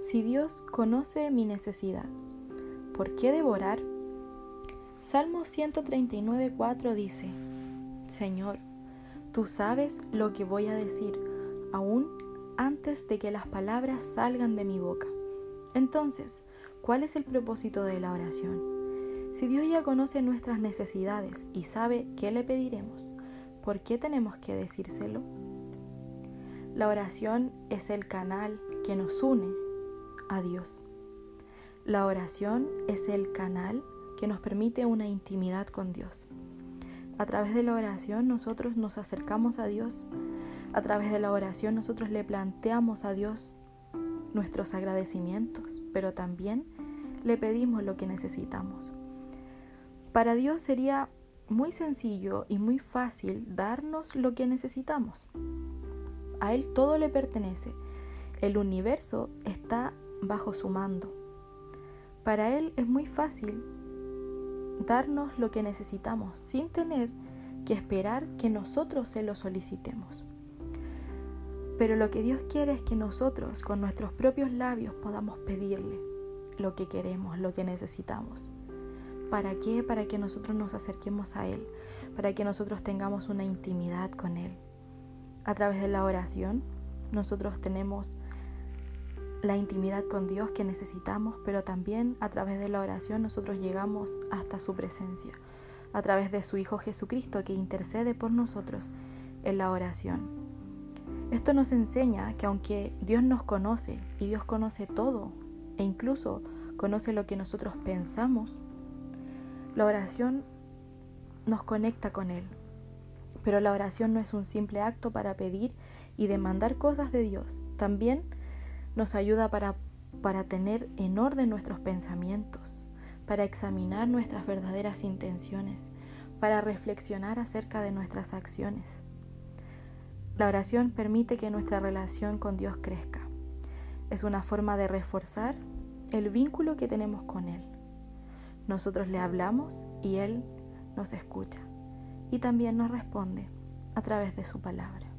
Si Dios conoce mi necesidad, ¿por qué devorar? Salmo 139:4 dice: Señor, tú sabes lo que voy a decir, aún antes de que las palabras salgan de mi boca. Entonces, ¿cuál es el propósito de la oración? Si Dios ya conoce nuestras necesidades y sabe qué le pediremos, ¿por qué tenemos que decírselo? La oración es el canal que nos une a Dios. La oración es el canal que nos permite una intimidad con Dios. A través de la oración nosotros nos acercamos a Dios. A través de la oración nosotros le planteamos a Dios nuestros agradecimientos, pero también le pedimos lo que necesitamos. Para Dios sería muy sencillo y muy fácil darnos lo que necesitamos. A Él todo le pertenece. El universo está bajo su mando. Para Él es muy fácil darnos lo que necesitamos sin tener que esperar que nosotros se lo solicitemos. Pero lo que Dios quiere es que nosotros con nuestros propios labios podamos pedirle lo que queremos, lo que necesitamos. ¿Para qué? Para que nosotros nos acerquemos a Él, para que nosotros tengamos una intimidad con Él. A través de la oración nosotros tenemos la intimidad con Dios que necesitamos, pero también a través de la oración nosotros llegamos hasta su presencia, a través de su Hijo Jesucristo que intercede por nosotros en la oración. Esto nos enseña que aunque Dios nos conoce y Dios conoce todo e incluso conoce lo que nosotros pensamos, la oración nos conecta con Él. Pero la oración no es un simple acto para pedir y demandar cosas de Dios. También nos ayuda para tener en orden nuestros pensamientos, para examinar nuestras verdaderas intenciones, para reflexionar acerca de nuestras acciones. La oración permite que nuestra relación con Dios crezca. Es una forma de reforzar el vínculo que tenemos con Él. Nosotros le hablamos y Él nos escucha y también nos responde a través de su palabra.